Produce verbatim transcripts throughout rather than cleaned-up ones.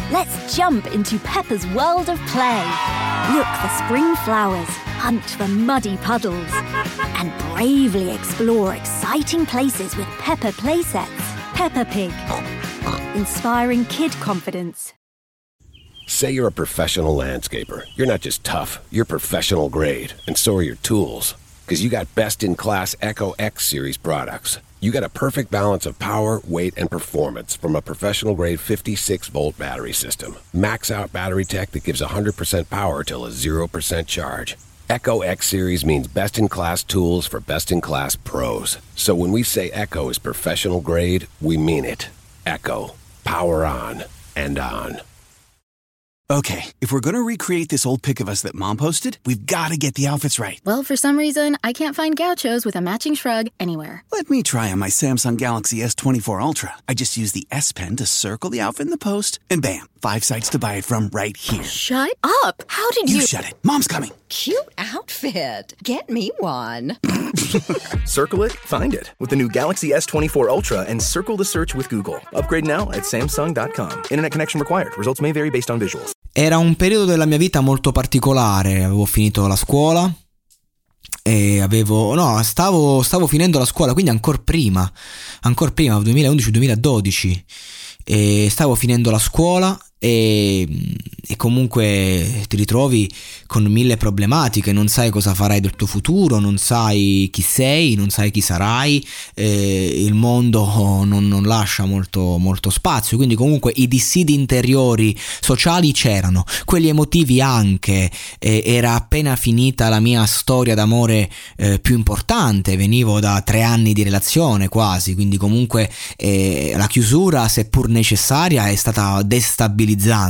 Let's jump into Peppa's world of play. Look for spring flowers, hunt for muddy puddles, and bravely explore exciting places with Peppa playsets. Peppa Pig, inspiring kid confidence. Say you're a professional landscaper. You're not just tough, you're professional grade, and so are your tools. Because you got best-in-class Echo X Series products. You got a perfect balance of power, weight, and performance from a professional-grade fifty-six volt battery system. Max-out battery tech that gives one hundred percent power till a zero percent charge. Echo X Series means best-in-class tools for best-in-class pros. So when we say Echo is professional grade, we mean it. Echo. Power on and on. Okay, if we're gonna recreate this old pic of us that Mom posted, we've gotta get the outfits right. Well, for some reason, I can't find gauchos with a matching shrug anywhere. Let me try on my Samsung Galaxy S twenty-four Ultra. I just use the S Pen to circle the outfit in the post, and bam, five sites to buy it from right here. Shut up! How did you... You shut it. Mom's coming. Cute outfit. Get me one. Circle it, find it. With the new Galaxy S twenty-four Ultra and Circle the Search with Google. Upgrade now at samsung dot com. Internet connection required. Results may vary based on visuals. Era un periodo della mia vita molto particolare. Avevo finito la scuola e avevo no stavo, stavo finendo la scuola, quindi ancora prima ancora prima duemilaundici duemiladodici, e stavo finendo la scuola e, e comunque ti ritrovi con mille problematiche, non sai cosa farai del tuo futuro, non sai chi sei, non sai chi sarai, eh, il mondo non, non lascia molto, molto spazio, quindi comunque i dissidi interiori sociali c'erano, quelli emotivi anche, eh, era appena finita la mia storia d'amore eh, più importante, venivo da tre anni di relazione quasi, quindi comunque eh, la chiusura, seppur necessaria, è stata destabilizzante.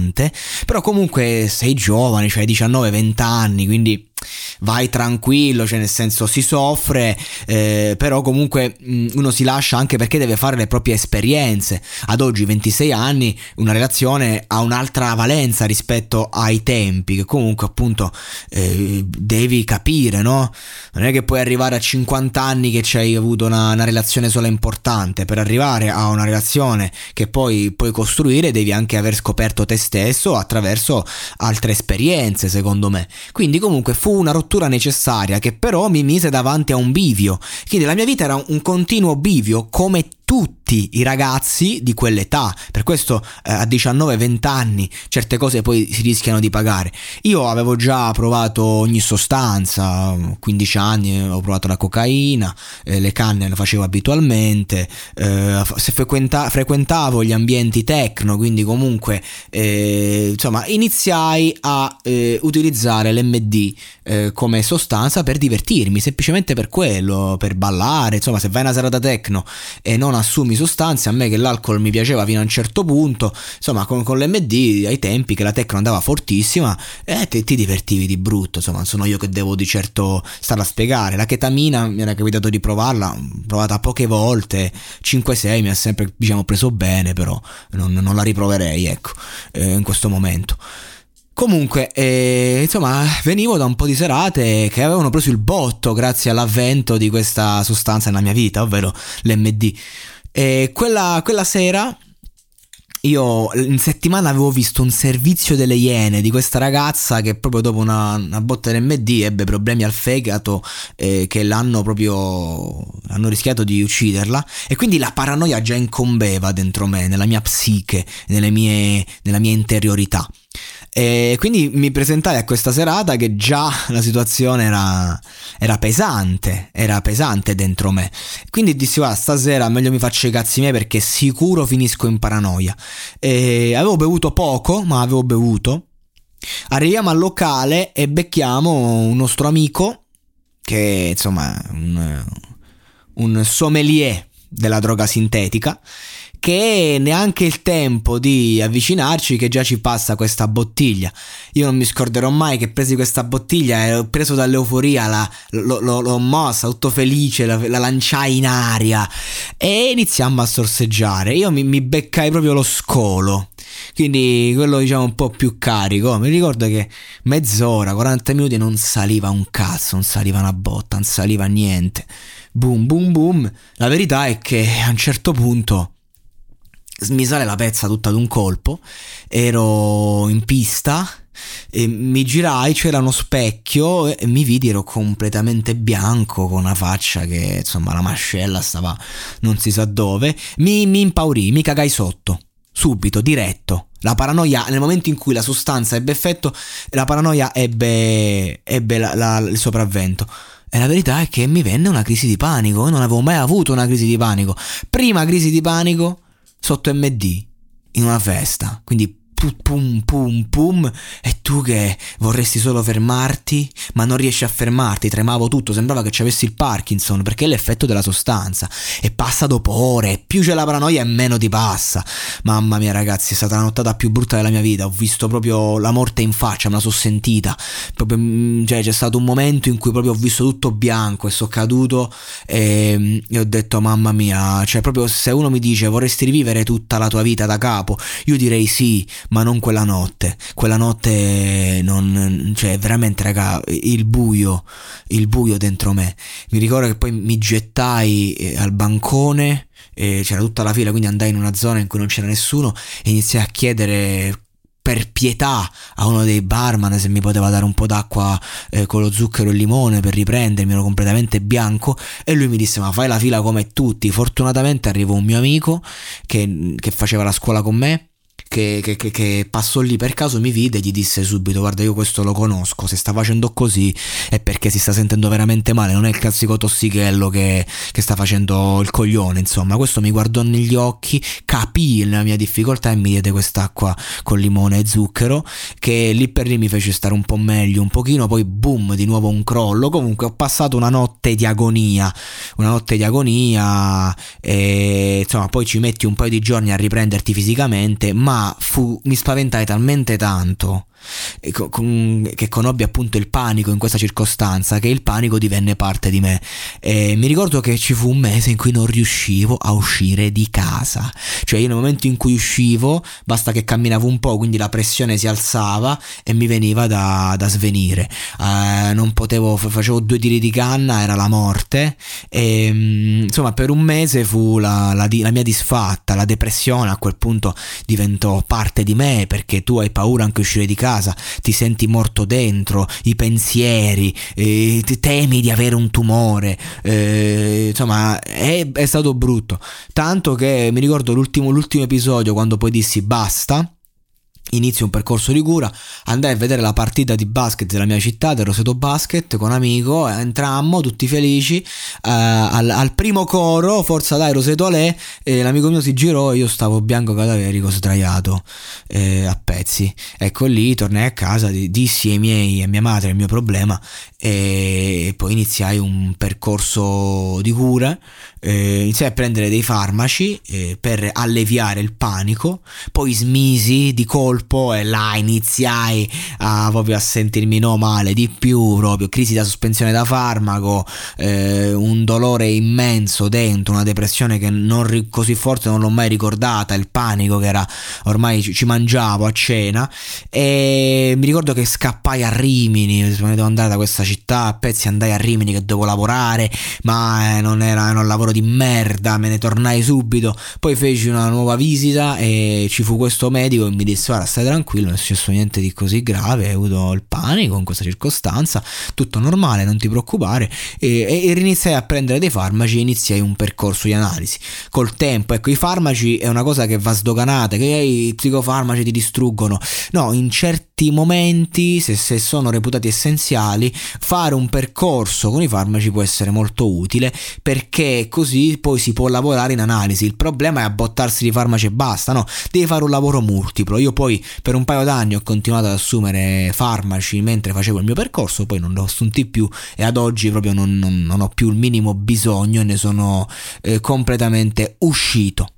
Però comunque sei giovane, cioè diciannove venti anni, quindi vai tranquillo, cioè nel senso si soffre, eh, però comunque mh, uno si lascia anche perché deve fare le proprie esperienze. Ad oggi, ventisei anni, una relazione ha un'altra valenza rispetto ai tempi, che comunque appunto eh, devi capire, no? Non è che puoi arrivare a cinquanta anni che ci hai avuto una, una relazione sola importante. Per arrivare a una relazione che poi puoi costruire devi anche aver scoperto te stesso attraverso altre esperienze, secondo me. Quindi comunque fu una rottura necessaria che però mi mise davanti a un bivio, quindi la mia vita era un continuo bivio come tutti i ragazzi di quell'età. Per questo eh, a diciannove venti anni certe cose poi si rischiano di pagare. Io avevo già provato ogni sostanza, quindici anni ho provato la cocaina, eh, le canne le facevo abitualmente, eh, se frequenta- frequentavo gli ambienti techno, quindi comunque eh, insomma iniziai a eh, utilizzare l'emme di eh, come sostanza per divertirmi, semplicemente per quello, per ballare. Insomma, se vai a una serata techno e non assumi sostanze, a me che l'alcol mi piaceva fino a un certo punto, insomma con, con l'emme di ai tempi che la techno andava fortissima, eh, te, ti divertivi di brutto. Insomma, non sono io che devo di certo stare a spiegare. La ketamina mi era capitato di provarla, provata poche volte, cinque sei, mi ha sempre diciamo preso bene, però non, non la riproverei, ecco, eh, in questo momento. Comunque, eh, insomma, venivo da un po' di serate che avevano preso il botto grazie all'avvento di questa sostanza nella mia vita, ovvero l'emme di. E quella, quella sera io in settimana avevo visto un servizio delle Iene di questa ragazza che proprio dopo una, una botta di emme di ebbe problemi al fegato, eh, che l'hanno proprio hanno rischiato di ucciderla, e quindi la paranoia già incombeva dentro me, nella mia psiche, nelle mie, nella mia interiorità. E quindi mi presentai a questa serata che già la situazione era, era pesante, era pesante dentro me. Quindi dissi, guarda, stasera meglio mi faccio i cazzi miei perché sicuro finisco in paranoia. E avevo bevuto poco, ma avevo bevuto. Arriviamo al locale e becchiamo un nostro amico che insomma un, un sommelier della droga sintetica, che neanche il tempo di avvicinarci che già ci passa questa bottiglia. Io non mi scorderò mai che presi questa bottiglia e preso dall'euforia, la, lo, lo, l'ho mossa tutto felice, la, la lanciai in aria e iniziamo a sorseggiare. Io mi, mi beccai proprio lo scolo, quindi quello diciamo un po' più carico. Mi ricordo che mezz'ora, quaranta minuti non saliva un cazzo, non saliva una botta, non saliva niente. Boom boom boom. La verità è che a un certo punto mi sale la pezza tutta d'un colpo, ero in pista e mi girai, c'era uno specchio e mi vidi, ero completamente bianco con una faccia che insomma la mascella stava non si sa dove, mi, mi impaurì, mi cagai sotto subito, diretto. La paranoia, nel momento in cui la sostanza ebbe effetto, la paranoia ebbe, ebbe la, la, il sopravvento. E la verità è che mi venne una crisi di panico. Io non avevo mai avuto una crisi di panico. Prima crisi di panico sotto M D, in una festa. Quindi pum pum pum pum, e tu che vorresti solo fermarti ma non riesci a fermarti, tremavo tutto, sembrava che ci avessi il Parkinson, perché è l'effetto della sostanza e passa dopo ore, più c'è la paranoia e meno ti passa. Mamma mia ragazzi, è stata la nottata più brutta della mia vita, ho visto proprio la morte in faccia, me la so sentita proprio, cioè c'è stato un momento in cui proprio ho visto tutto bianco e sono caduto e, e ho detto mamma mia, cioè proprio se uno mi dice vorresti rivivere tutta la tua vita da capo, io direi sì, ma non quella notte. Quella notte non, cioè veramente raga, il buio, il buio dentro me. Mi ricordo che poi mi gettai eh, al bancone, eh, c'era tutta la fila, quindi andai in una zona in cui non c'era nessuno e iniziai a chiedere per pietà a uno dei barman se mi poteva dare un po' d'acqua eh, con lo zucchero e il limone per riprendermi, ero completamente bianco, e lui mi disse ma fai la fila come tutti. Fortunatamente arrivò un mio amico che, che faceva la scuola con me, Che, che, che, che passò lì per caso, mi vide e gli disse subito guarda io questo lo conosco, se sta facendo così è perché si sta sentendo veramente male, non è il classico tossichello che, che sta facendo il coglione. Insomma, questo mi guardò negli occhi, capì la mia difficoltà e mi diede quest'acqua con limone e zucchero che lì per lì mi fece stare un po' meglio, un pochino, poi boom, di nuovo un crollo. Comunque ho passato una notte di agonia, una notte di agonia e insomma poi ci metti un paio di giorni a riprenderti fisicamente, ma fu, mi spaventai talmente tanto che conobbi appunto il panico in questa circostanza, che il panico divenne parte di me. E mi ricordo che ci fu un mese in cui non riuscivo a uscire di casa, cioè io nel momento in cui uscivo basta che camminavo un po', quindi la pressione si alzava e mi veniva da, da svenire, eh, non potevo, facevo due tiri di canna, era la morte. E insomma per un mese fu la, la, la mia disfatta, la depressione a quel punto diventò parte di me, perché tu hai paura anche uscire di casa, ti senti morto dentro, i pensieri, eh, temi di avere un tumore, eh, insomma è, è stato brutto, tanto che mi ricordo l'ultimo, l'ultimo episodio quando poi dissi basta, inizio un percorso di cura, andai a vedere la partita di basket della mia città, del Roseto Basket, con amico, entrammo tutti felici, uh, al, al primo coro Forza dai Roseto Ale, e l'amico mio si girò e io stavo bianco cadaverico, sdraiato eh, a pezzi. Ecco, lì tornai a casa, dissi ai miei, a mia madre il mio problema e poi iniziai un percorso di cura, eh, iniziai a prendere dei farmaci eh, per alleviare il panico, poi smisi di colpo e là iniziai a, proprio a sentirmi no male di più, proprio crisi da sospensione da farmaco, eh, un dolore immenso dentro, una depressione che non così forte non l'ho mai ricordata, il panico che era ormai ci, ci mangiavo a cena. E mi ricordo che scappai a Rimini, devo andare da questa città a pezzi, andai a Rimini che dovevo lavorare, ma eh, non era un lavoro di merda, me ne tornai subito. Poi feci una nuova visita e ci fu questo medico e mi disse guarda stai tranquillo, non è successo niente di così grave, hai avuto il panico in questa circostanza, tutto normale, non ti preoccupare. E, e, e iniziai a prendere dei farmaci, iniziai un percorso di analisi col tempo. Ecco, i farmaci è una cosa che va sdoganata, che i psicofarmaci ti distruggono, no, in certi momenti se, se sono reputati essenziali fare un percorso con i farmaci può essere molto utile, perché così poi si può lavorare in analisi. Il problema è abbottarsi di farmaci e basta, no, devi fare un lavoro multiplo. Io poi per un paio d'anni ho continuato ad assumere farmaci mentre facevo il mio percorso, poi non l'ho assunti più e ad oggi proprio non, non, non ho più il minimo bisogno e ne sono eh, completamente uscito.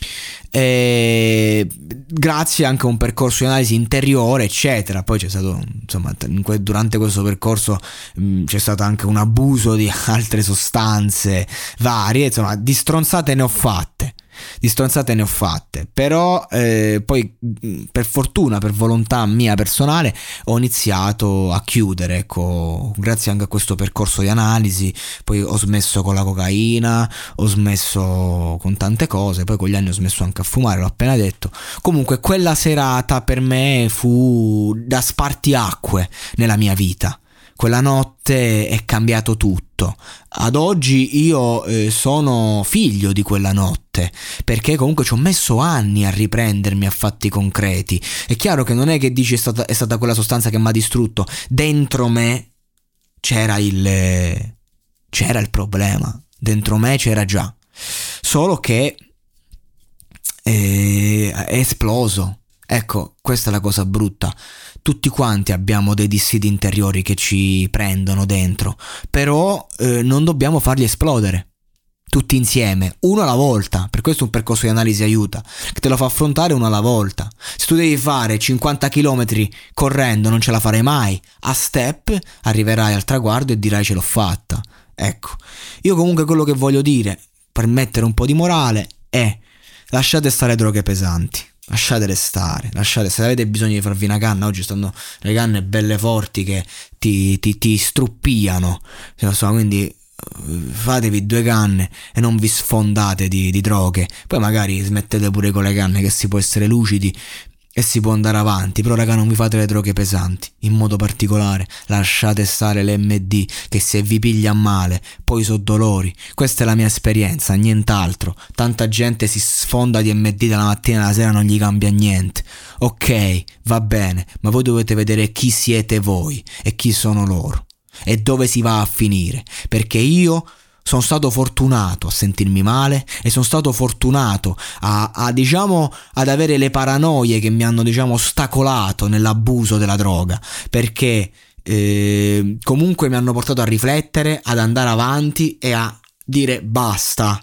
E grazie anche a un percorso di analisi interiore eccetera. Poi c'è stato insomma durante questo percorso mh, c'è stato anche un abuso di altre sostanze varie, insomma di stronzate ne ho fatte, di stronzate ne ho fatte, però eh, poi per fortuna, per volontà mia personale, ho iniziato a chiudere, ecco, grazie anche a questo percorso di analisi. Poi ho smesso con la cocaina, ho smesso con tante cose, poi con gli anni ho smesso anche a fumare, l'ho appena detto. Comunque quella serata per me fu da spartiacque nella mia vita. Quella notte è cambiato tutto. Ad oggi io eh, sono figlio di quella notte, perché comunque ci ho messo anni a riprendermi a fatti concreti. È chiaro che non è che dici è stata, è stata quella sostanza che mi ha distrutto. Dentro me c'era il c'era il problema, dentro me c'era già, solo che eh, è esploso. Ecco, questa è la cosa brutta. Tutti quanti abbiamo dei dissidi interiori che ci prendono dentro, però eh, non dobbiamo farli esplodere tutti insieme, uno alla volta. Per questo un percorso di analisi aiuta, che te lo fa affrontare uno alla volta. Se tu devi fare cinquanta chilometri correndo, non ce la farai mai. A step arriverai al traguardo e dirai ce l'ho fatta. Ecco, io comunque quello che voglio dire, per mettere un po' di morale, è: lasciate stare droghe pesanti. Lasciatele stare, lasciate, se avete bisogno di farvi una canna, oggi stanno le canne belle forti che ti, ti, ti struppiano, quindi fatevi due canne e non vi sfondate di, di droghe. Poi magari smettete pure con le canne, che si può essere lucidi e si può andare avanti, però raga non vi fate le droghe pesanti. In modo particolare lasciate stare l'emme di, che se vi piglia male poi so dolori. Questa è la mia esperienza, nient'altro. Tanta gente si sfonda di emme di dalla mattina alla sera, non gli cambia niente. Ok, va bene, ma voi dovete vedere chi siete voi e chi sono loro e dove si va a finire, perché io sono stato fortunato a sentirmi male e sono stato fortunato a, a diciamo ad avere le paranoie che mi hanno diciamo ostacolato nell'abuso della droga, perché eh, comunque mi hanno portato a riflettere, ad andare avanti e a dire basta.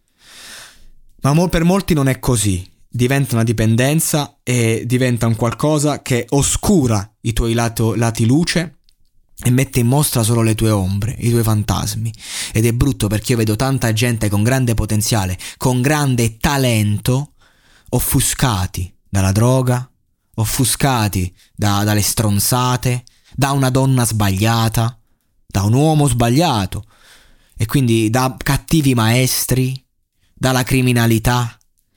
Ma mo- per molti non è così. Diventa una dipendenza e diventa un qualcosa che oscura i tuoi lato, lati luce e mette in mostra solo le tue ombre, i tuoi fantasmi. Ed è brutto, perché io vedo tanta gente con grande potenziale, con grande talento, offuscati dalla droga, offuscati da, dalle stronzate, da una donna sbagliata, da un uomo sbagliato, e quindi da cattivi maestri, dalla criminalità.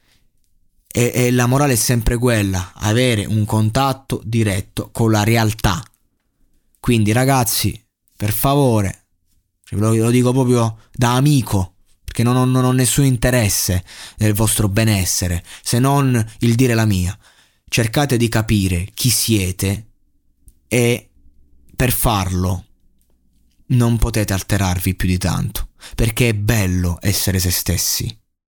E, e la morale è sempre quella: avere un contatto diretto con la realtà. Quindi ragazzi, per favore, ve lo dico proprio da amico, perché non ho, non ho nessun interesse nel vostro benessere, se non il dire la mia. Cercate di capire chi siete e per farlo non potete alterarvi più di tanto, perché è bello essere se stessi.